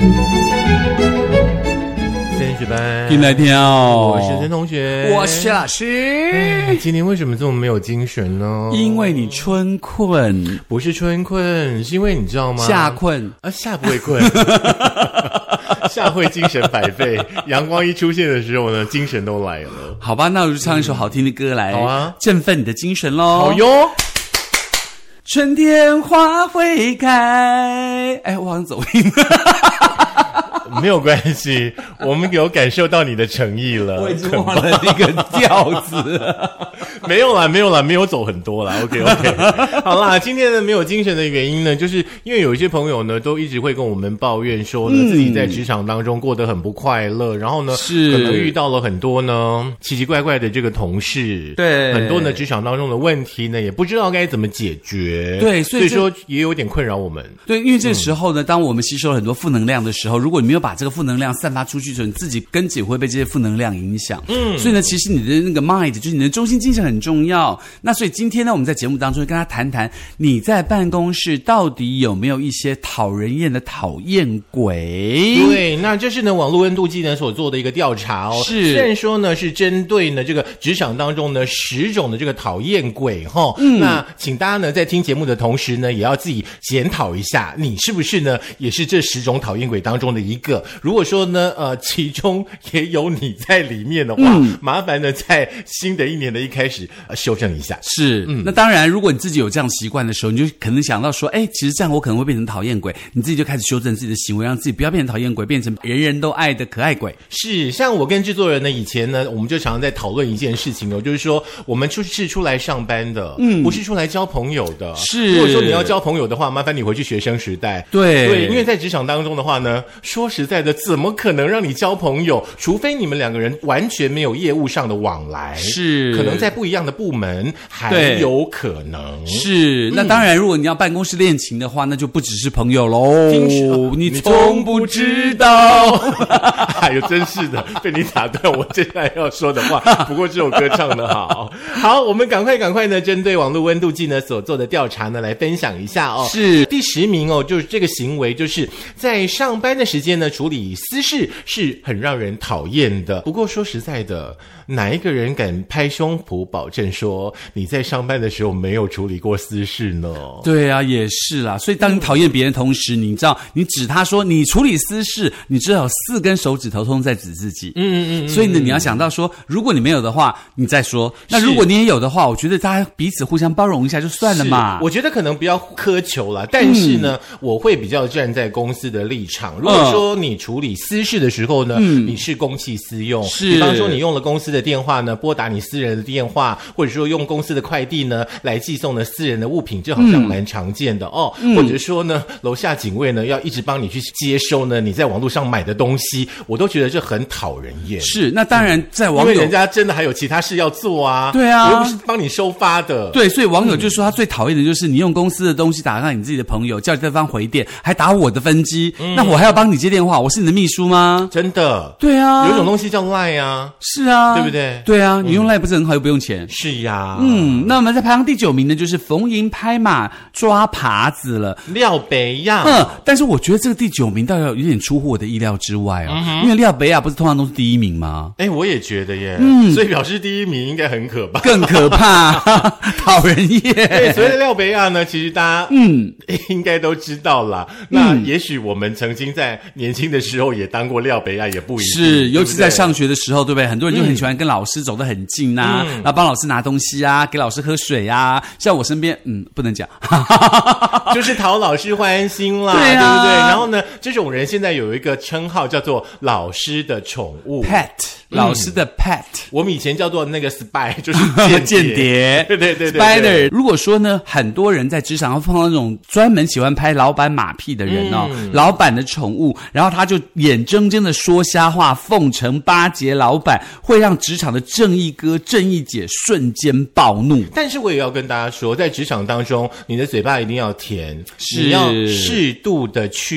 进来听哦， 我是陈同学， 我是老师。 今天为什么这么没有精神呢？ 因为你春困， 不是春困，是因为你知道吗？ 夏困啊，夏不会困，夏会精神百倍。阳光一出现的时候呢，精神都来了。 好吧，那我就唱一首好听的歌来， 好啊， 振奋你的精神咯。 好哟。 春天花会开，哎，我好像走音。 没有关系，我们有感受到你的诚意了。 我已经忘了那个调子了。 没有啦，没有走很多啦。OK， 好啦，今天呢没有精神的原因呢，就是因为有一些朋友呢都一直会跟我们抱怨说呢，自己在职场当中过得很不快乐，然后呢可能遇到了很多呢奇奇怪怪的这个同事， 对， 很多呢职场当中的问题呢也不知道该怎么解决， 对， 所以说也有点困扰我们。 对，因为这个时候呢，当我们吸收了很多负能量的时候，如果你没有把这个负能量散发出去的时候，你自己根基会被这些负能量影响。所以呢，其实你的那个 mind 就是你的中心精神很重要。那所以今天呢，我们在节目当中跟他谈谈，你在办公室到底有没有一些讨人厌的讨厌鬼？对， 那这是呢网络温度计呢所做的一个调查哦。 是， 虽然说呢是针对呢这个职场当中呢10种的这个讨厌鬼哈。那请大家呢在听节目的同时呢，也要自己检讨一下，你是不是呢也是这10种讨厌鬼当中的一个？如果说呢其中也有你在里面的话，麻烦呢在新的一年的一开始修正一下。 是，那当然如果你自己有这样习惯的时候，你就可能想到说，哎，其实这样我可能会变成讨厌鬼，你自己就开始修正自己的行为，让自己不要变成讨厌鬼，变成人人都爱的可爱鬼。 是，像我跟制作人呢以前呢我们就常常在讨论一件事情哦，就是说我们是出来上班的，不是出来交朋友的。 是， 如果说你要交朋友的话，麻烦你回去学生时代。对，因为在职场当中的话呢，说实在的，怎么可能让你交朋友？除非你们两个人完全没有业务上的往来， 是， 可能在不一样的部门还有可能。 是，那当然如果你要办公室恋情的话，那就不只是朋友咯。你从不知道。 哎呦，真是的，被你打断我接下来要说的话。不过这首歌唱得好。好，我们赶快呢针对网络温度计呢所做的调查呢来分享一下哦。是，第10名哦，就是这个行为就是在上班的时间呢处理私事是很让人讨厌的。不过说实在的，哪一个人敢拍胸脯保证说你在上班的时候没有处理过私事呢？ 对啊，也是啦。所以当你讨厌别人的同时，你知道你指他说你处理私事，你只有4根手指头通在指自己。所以呢，你要想到说，如果你没有的话，你再说。那如果你也有的话，我觉得大家彼此互相包容一下就算了嘛。 我觉得可能不要苛求啦，但是呢，我会比较站在公司的立场。如果说你处理私事的时候呢，你是公器私用，比方说你用了公司的电话呢拨打你私人的电话，或者说用公司的快递呢来寄送的私人的物品，这好像蛮常见的哦。或者说呢，楼下警卫呢要一直帮你去接收呢你在网络上买的东西，我都觉得这很讨人厌。 是，那当然在网友， 因为人家真的还有其他事要做啊。 对啊， 我又不是帮你收发的。 对，所以网友就说他最讨厌的就是你用公司的东西打让你自己的朋友，叫对方回电，还打我的分机，那我还要帮你接电话，我是你的秘书吗？ 真的。 对啊， 有一种东西叫 LINE 啊。 是啊， 对不对？ 对啊，你用 LINE 不是很好，又不用钱。 是呀。 那我们在排行第9名呢，就是逢迎拍马抓耙子了， 廖北亚。 但是我觉得这个第9名倒有点出乎我的意料之外哦，因为廖北亚不是通常都是第1名吗？ 哎，我也觉得耶。所以表示第1名应该很可怕， 更可怕，讨人厌。 对，所谓的廖北亚呢，其实大家应该都知道啦。那也许我们曾经在年轻的时候也当过廖北亚，也不一定。 是，尤其在上学的时候，对不对？很多人就很喜欢跟老师走得很近啊，然后帮老师拿东西啊，给老师喝水啊。像我身边，不能讲， 就是讨老师欢心啦， 对啊， 对不对？然后呢，这种人现在有一个称号叫做老师的宠物 pet。老师的 pet， 我们以前叫做那个 spy， 就是间谍。对 spider。如果说呢，很多人在职场上碰到那种专门喜欢拍老板马屁的人哦，老板的宠物，然后他就眼睁睁的说瞎话，奉承巴结老板，会让职场的正义哥、正义姐瞬间暴怒。 但是我也要跟大家说，在职场当中，你的嘴巴一定要甜，你要适度的去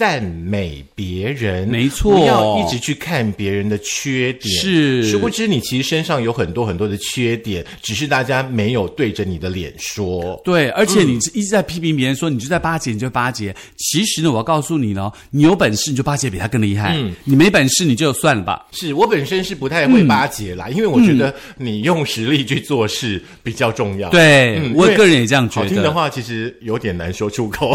赞美别人， 没错， 不要一直去看别人的缺点， 是， 殊不知你其实身上有很多很多的缺点，只是大家没有对着你的脸说。 对，而且你一直在批评别人说你就在巴结，你就巴结。其实呢，我要告诉你呢，你有本事你就巴结比他更厉害，你没本事你就算了吧。 是我本身是不太会巴结啦，因为我觉得你用实力去做事比较重要。 对，我个人也这样觉得。 好听的话其实有点难说出口。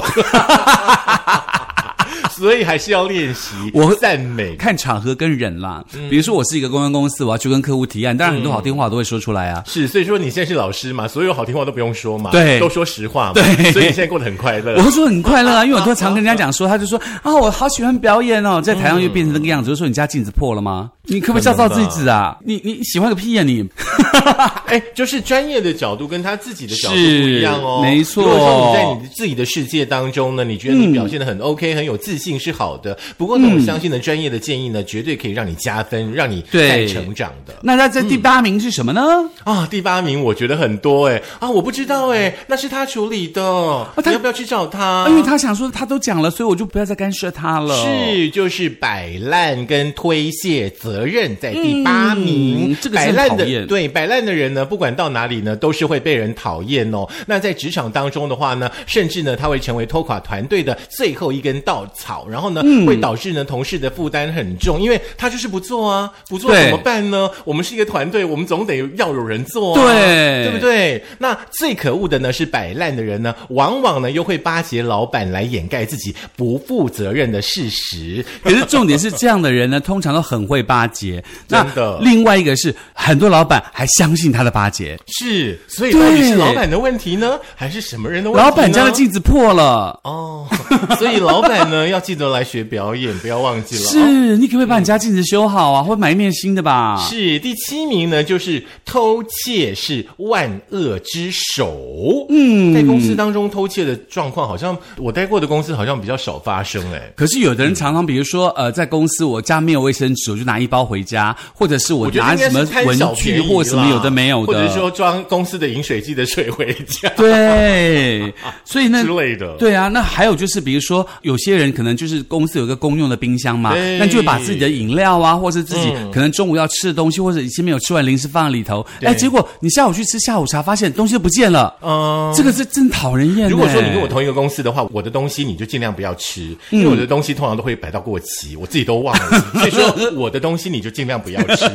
所以还是要练习我赞美， 看场合跟人啦。比如说我是一个公关公司，我要去跟客户提案，当然很多好听话我都会说出来啊。 是，所以说你现在是老师嘛，所有好听话都不用说嘛， 对， 都说实话嘛。 对， 所以你现在过得很快乐。 我会说很快乐啊，因为我都常跟人家讲说，他就说啊，我好喜欢表演哦，在台上又变成那个样子，就说你家镜子破了吗？你可不可以照照自己啊？你喜欢个屁啊你！ 哎，就是专业的角度跟他自己的角度不一样哦。 没错。 如果说你在你自己的世界当中呢，你觉得你表现得很 OK，很有自信是好的。不过呢，我相信呢，专业的建议呢，绝对可以让你加分，让你再成长的。 那在第8名是什么呢？ 第8名我觉得很多我不知道那是他处理的，你要不要去找他？ 因为他想说他都讲了，所以我就不要再干涉他了。 是，就是摆烂跟推卸责任在第8名。 这个是很讨厌。 对，摆烂的人呢，不管到哪里呢，都是会被人讨厌哦。那在职场当中的话呢，甚至呢，他会成为拖垮团队的最后一根稻草，然后呢，会导致呢同事的负担很重，因为他就是不做啊，不做怎么办呢？我们是一个团队，我们总得要有人做啊，对不对？那最可恶的呢是摆烂的人呢，往往呢又会巴结老板来掩盖自己不负责任的事实。 可是重点是这样的人呢，通常都很会巴结。 真的。 另外一个是很多老板还相信他的巴结， 是，所以到底是老板的问题呢，还是什么人的问题呢？ 老板家的镜子破了所以老板呢要记得来学表演，不要忘记了。 是，你可不可以把你家镜子修好啊，或买一面新的吧？ 是，第7名呢，就是偷窃是万恶之首。在公司当中偷窃的状况，好像我待过的公司好像比较少发生可是有的人常常，比如说在公司我家没有卫生纸，我就拿1包回家，或者是我拿什么文具或什么有的没有的， 或者说装公司的饮水机的水回家。 对，所以呢之类的。 对啊，那还有就是比如说有些人可能就是公司有一个公用的冰箱嘛，那就会把自己的饮料啊，或是自己可能中午要吃的东西，或者以前没有吃完零食放在里头，结果你下午去吃下午茶，发现东西都不见了。这个是真讨人厌。 如果说你跟我同一个公司的话，我的东西你就尽量不要吃，因为我的东西通常都会摆到过期，我自己都忘了。所以说我的东西你就尽量不要吃。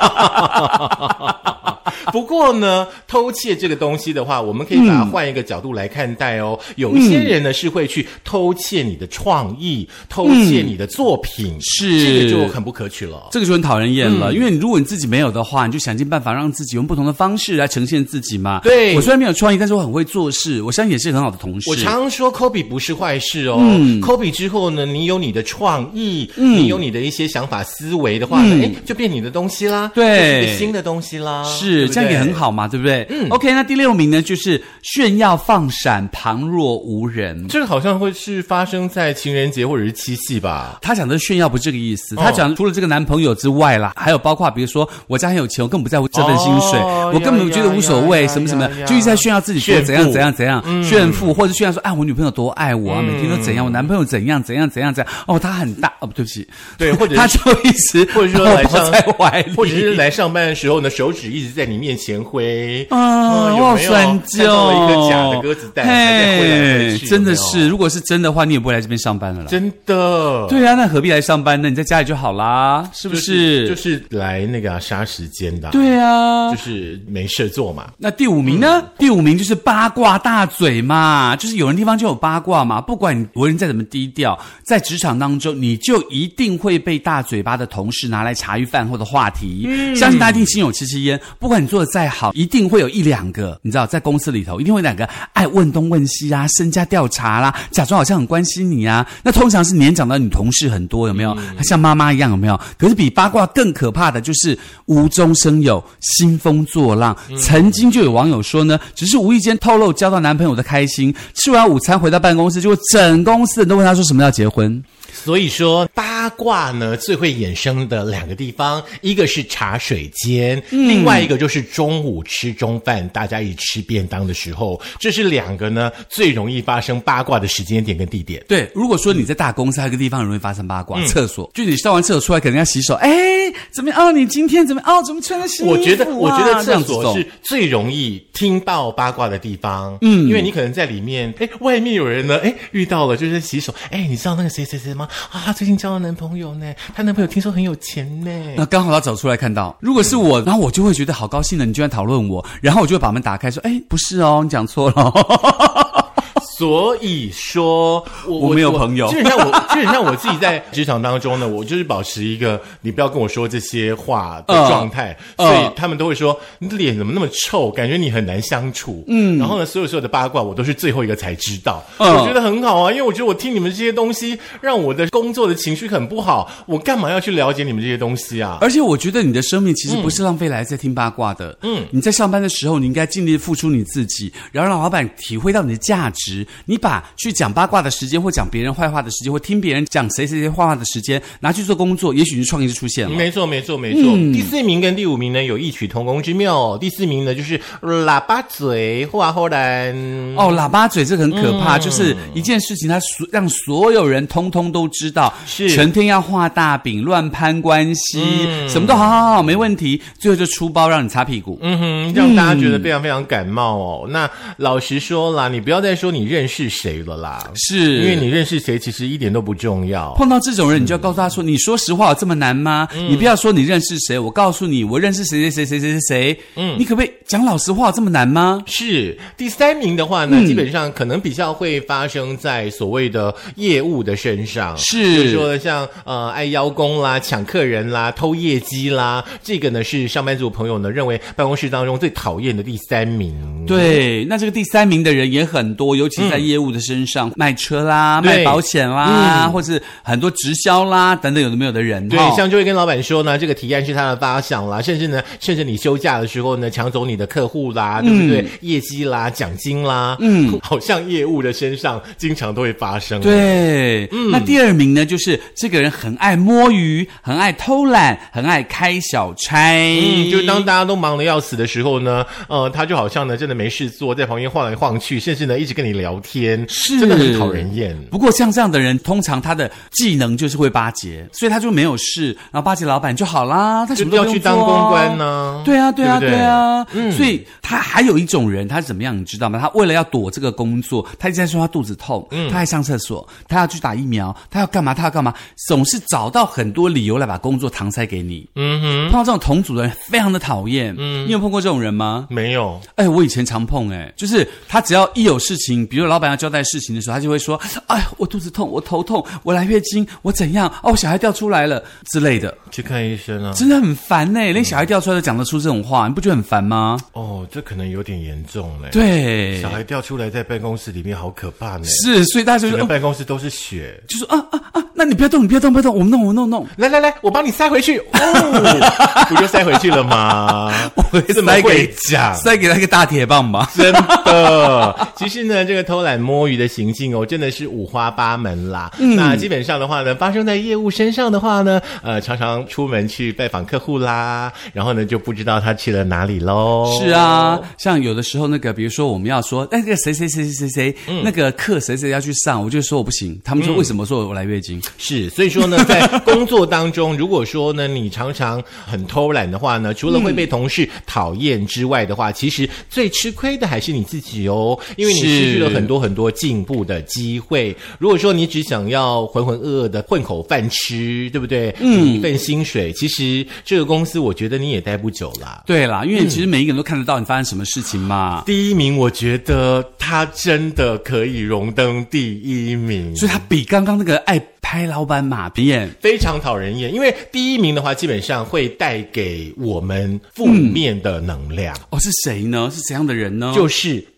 不过呢，偷窃这个东西的话，我们可以把它换一个角度来看待哦。有一些人呢是会去偷窃你的创意，偷窃你的作品， 是， 这个就很不可取了， 这个就很讨人厌了。因为如果你自己没有的话，你就想尽办法让自己用不同的方式来呈现自己嘛。 对， 我虽然没有创意，但是我很会做事，我相信也是很好的同事。 我常常说 copy 不是坏事哦，copy 之后呢，你有你的创意，你有你的一些想法思维的话呢，就变你的东西啦， 对， 就是一个新的东西啦， 是，这样也很好嘛，对不对？OK， 那第6名呢，就是炫耀放闪，旁若无人。 这个好像会是发生在情人节或者是七夕吧？ 他讲的炫耀不是这个意思，他讲除了这个男朋友之外啦，还有包括比如说我家很有钱，我根本不在乎这份薪水，我根本觉得无所谓，什么什么，就一直在炫耀自己做怎样怎样怎样，炫富或者炫耀说，我女朋友多爱我啊，每天都怎样，我男朋友怎样怎样怎样怎样，他很大对不起， 对，或者他就一直或者说来上在怀里， 或者是来上班的时候呢，手指一直在你面前挥我好酸看到了一个假的鸽子蛋，还在挥来挥去， 真的是，如果是真的话，你也不会来这边上班了啦。 真的， 对啊，那何必来上班呢？你在家里就好啦，是不是？ 就是来那个杀时间的。 对啊， 就是没事做嘛。 那第5名呢？第5名就是八卦大嘴嘛，就是有人地方就有八卦嘛。不管你为人再怎么低调，在职场当中，你就一定会被大嘴巴的同事拿来茶余饭后的话题。相信大家一定心有戚戚焉。不管你做的再好，一定会有1-2个，你知道，在公司里头一定会有2个爱问东问西啊，身家调查啦，假装好像很关心你啊。那通常是年长的女同事很多，有没有？像妈妈一样，有没有？可是比八卦更可怕的就是无中生有，兴风作浪。曾经就有网友说呢，只是无意间透露交到男朋友的开心，吃完午餐回到办公室，结果整公司人都问他说什么要结婚。 所以说八八卦呢最会衍生的2个地方，一个是茶水间，另外一个就是中午吃中饭，大家一起吃便当的时候，这是2个呢最容易发生八卦的时间点跟地点。 对，如果说你在大公司，还有一个地方很容易发生八卦，厕所，就你上完厕所出来，可能要洗手，哎，怎么样？哦，你今天怎么样？哦，怎么穿的新衣服啊？ 我觉得厕所是最容易听到八卦的地方，因为你可能在里面，哎，外面有人呢，哎，遇到了就是洗手，哎，你知道那个谁谁谁吗？啊，她最近交了男朋友呢，她男朋友听说很有钱呢。 那刚好他走出来看到，如果是我，然后我就会觉得好高兴了，你居然讨论我，然后我就会把门打开说，哎，不是哦，你讲错了。 所以说我没有朋友， 基本上我自己在职场当中呢，我就是保持一个你不要跟我说这些话的状态，所以他们都会说你的脸怎么那么臭，感觉你很难相处。然后呢，所有的八卦我都是最后一个才知道，我觉得很好啊，因为我觉得我听你们这些东西，让我的工作的情绪很不好，我干嘛要去了解你们这些东西啊？ 而且我觉得你的生命其实不是浪费来在听八卦的。你在上班的时候，你应该尽力付出你自己，然后让老板体会到你的价值。你把去讲八卦的时间，或讲别人坏话的时间，或听别人讲谁谁谁坏话的时间，拿去做工作，也许你创意就出现了。 没错。第4名跟第5名呢有异曲同工之妙。第4名呢就是喇叭嘴，话后来喇叭嘴这个很可怕，就是一件事情，它让所有人通通都知道，是成天要画大饼，乱攀关系，什么都好，没问题，最后就出包让你擦屁股。 让大家觉得非常非常感冒哦。那老实说啦，你不要再说你认识谁了啦， 是因为你认识谁其实一点都不重要。 碰到这种人，你就要告诉他说，你说实话有这么难吗？你不要说你认识谁，我告诉你我认识谁，你可不可以讲老实话有这么难吗？ 是。第3名的话呢，基本上可能比较会发生在所谓的业务的身上， 是， 就是说像爱邀功啦、抢客人啦、偷业绩啦，这个呢是上班族朋友呢认为办公室当中最讨厌的第3名。 对，那这个第3名的人也很多，尤其在业务的身上，卖车啦、卖保险啦，或是很多直销啦等等有的没有的人。 对，像就会跟老板说呢，这个提案是他的发想啦，甚至呢趁着你休假的时候呢，抢走你的客户啦，对不对？业绩啦、奖金啦，好像业务的身上经常都会发生。 对，那第2名呢，就是这个人很爱摸鱼，很爱偷懒，很爱开小差。 就当大家都忙得要死的时候呢，他就好像呢真的没事做，在旁边晃来晃去，甚至呢一直跟你聊天，是真的很讨人厌。 不过像这样的人，通常他的技能就是会巴结，所以他就没有事，然后巴结老板就好啦，他什么都不用做， 就要去当公关呢。 对啊。所以他还有一种人，他是怎么样你知道吗？他为了要躲这个工作，他一直在说他肚子痛，他还上厕所，他要去打疫苗，他要干嘛，总是找到很多理由来把工作搪塞给你。碰到这种同组的人非常的讨厌。你有碰过这种人吗？ 没有。 我以前常碰。就是他只要一有事情，比如老板要交代事情的时候，他就会说，我肚子痛，我头痛，我来月经，我怎样，我小孩掉出来了之类的， 去看医生啊。 真的很烦连小孩掉出来都讲得出这种话，你不觉得很烦吗？ 这可能有点严重嘞。 对， 小孩掉出来在办公室里面好可怕呢。 是，所以大家就整个办公室都是血， 就说那你不要动，我们弄， 来，我帮你塞回去。不就塞回去了吗？ 我怎么会讲？塞给他一个大铁棒吧。 真的。其实呢，这个偷懒摸鱼的行径真的是五花八门啦。那基本上的话呢，发生在业务身上的话呢，常常出门去拜访客户啦，然后呢就不知道他去了哪里咯。 是啊，像有的时候比如说我们要说那个谁那个课谁要去上，我就说我不行，他们说为什么？说我来月经。 是，所以说呢，在工作当中，如果说呢你常常很偷懒的话呢，除了会被同事讨厌之外的话，其实最吃亏的还是你自己哦，因为你失去了很多很多进步的机会。如果说你只想要浑浑噩噩的混口饭吃，对不对？一份薪水，其实这个公司我觉得你也待不久啦。 对啦，因为其实每一个人都看得到你发生什么事情嘛。 第1名，我觉得他真的可以荣登第1名， 所以他比刚刚那个爱拍老板马屁非常讨人厌。因为第1名的话，基本上会带给我们负面的能量。 是谁呢？是怎样的人呢？ 就是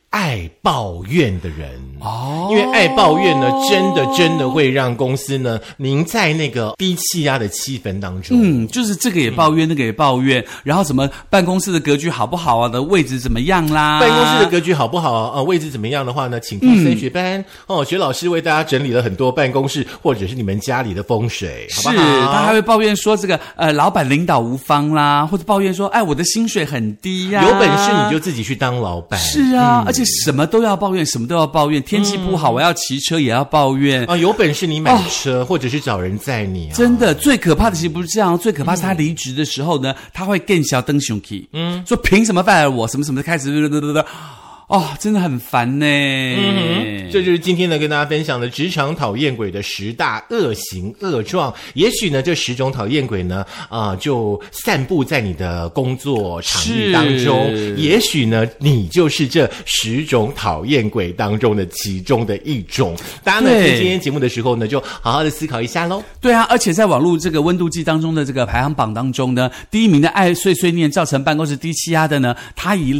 爱抱怨的人因为爱抱怨呢，真的会让公司呢，您在那个低气压的气氛当中， 就是这个也抱怨，那个也抱怨，然后什么办公室的格局好不好啊，的位置怎么样啦？ 办公室的格局好不好啊？位置怎么样的话呢？请听升学班学老师为大家整理了很多办公室或者是你们家里的风水，好不好？ 是，他还会抱怨说这个老板领导无方啦，或者抱怨说哎我的薪水很低呀。 有本事你就自己去当老板。 是啊，而且什么都要抱怨，什么都要抱怨，天气不好我要骑车也要抱怨啊。有本事你买车或者是找人载你啊。 真的，最可怕的其实不是这样，最可怕是他离职的时候呢，他会更小登熊气，说凭什么fire我什么什么开始真的很烦呢。 这就是今天呢跟大家分享的职场讨厌鬼的10大恶行恶状。也许呢这10种讨厌鬼呢就散布在你的工作场域当中，也许呢你就是这10种讨厌鬼当中的其中的一种。大家呢听今天节目的时候呢就好好的思考一下咯。 对啊，而且在网络这个温度计当中的这个排行榜当中呢，第一名的爱碎碎念造成办公室低气压的呢，他以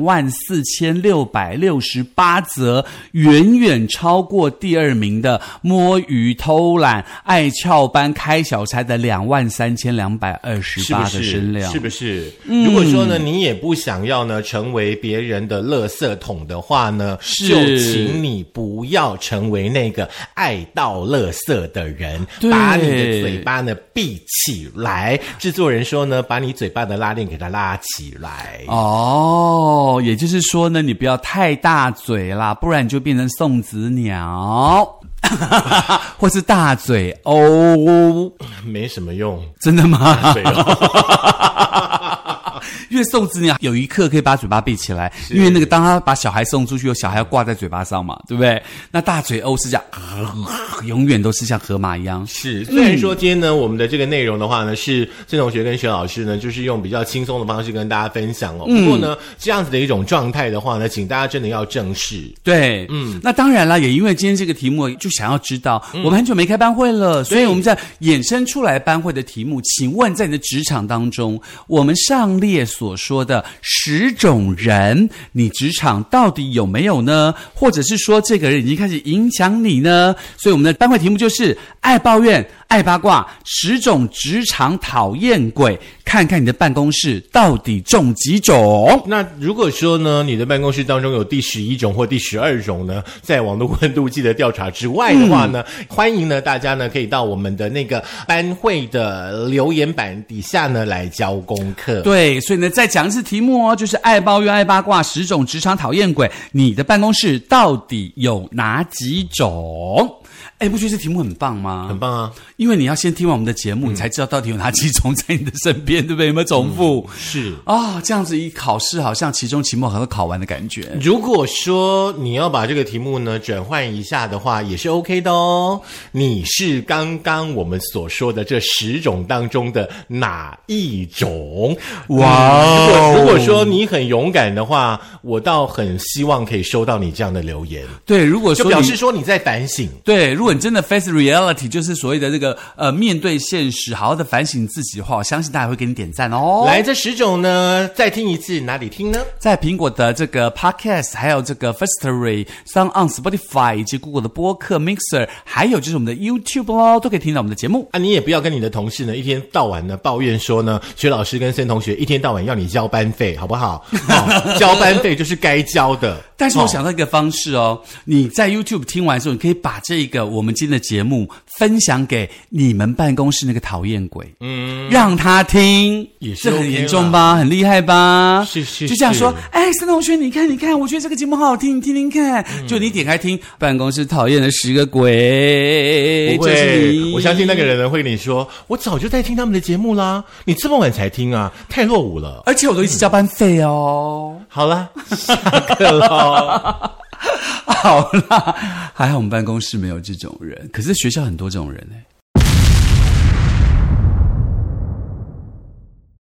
24668则，远远超过第2名的摸鱼偷懒爱翘班开小差的23228的声量。 是不是？如果说呢你也不想要呢成为别人的垃圾桶的话呢，就请你不要成为那个爱倒垃圾的人，把你的嘴巴呢闭起来。制作人说呢，把你嘴巴的拉链给它拉起来。 也就是说呢，你不要太大嘴啦，不然你就变成送子鸟或是大嘴没什么用。 真的吗？因为送子鸟有一刻可以把嘴巴闭起来，因为那个当他把小孩送出去，有小孩要挂在嘴巴上嘛，对不对？那大嘴欧是这样永远都是像河马一样。 是，虽然说今天呢我们的这个内容的话呢是郑同学跟薛老师呢就是用比较轻松的方式跟大家分享不过呢这样子的一种状态的话呢，请大家真的要正视。 对，那当然啦，也因为今天这个题目就想要知道我们很久没开班会了，所以我们在衍生出来班会的题目，请问在你的职场当中，我们上列所说的10种人，你职场到底有没有呢？或者是说这个人已经开始影响你呢？所以我们的班会题目就是爱抱怨爱八卦10种职场讨厌鬼，看看你的办公室到底中几种。 那如果说呢你的办公室当中有第11种或第12种呢，在网络温度计的调查之外的话呢，欢迎呢大家呢可以到我们的那个班会的留言板底下呢来交功课。 对，所以呢再讲一次题目就是爱抱怨爱八卦10种职场讨厌鬼，你的办公室到底有哪几种？不觉得这题目很棒吗？ 很棒啊！ 因为你要先听完我们的节目，你才知道到底有哪几种在你的身边，对不对？有没有重复？ 是这样子一考试，好像期中期末都考完的感觉。 如果说你要把这个题目呢转换一下的话，也是 OK 的哦。你是刚刚我们所说的这10种当中的哪一种？哇！如果说你很勇敢的话，我倒很希望可以收到你这样的留言。 对，如果说就表示说你在反省。 对，如果你真的 face reality， 就是所谓的这个面对现实，好好的反省自己的话，我相信大家会给你点赞哦。 来，这10种呢，再听一次，哪里听呢？ 在苹果的这个 Podcast， 还有这个 Firstory、Sound on Spotify 以及 Google 的播客 Mixer， 还有就是我们的 YouTube 咯，都可以听到我们的节目。 你也不要跟你的同事呢一天到晚呢抱怨说呢，薛老师跟森同学一天到晚要你交班费，好不好？交班费就是该交的。 但是我想到一个方式你在 YouTube 听完之后，你可以把这个我们今天的节目分享给你们办公室那个讨厌鬼，让他听， 也是 OK 这很严重吧，很厉害吧？ 是， 就这样说，森同学，你看，我觉得这个节目好好听，你听听看。就你点开听，办公室讨厌的10个鬼， 不会，我相信那个人会跟你说，我早就在听他们的节目啦，你这么晚才听啊，太落伍了， 而且我都一直交班费哦。 好啦，下课咯。 好啦，还好我们办公室没有这种人，可是学校很多这种人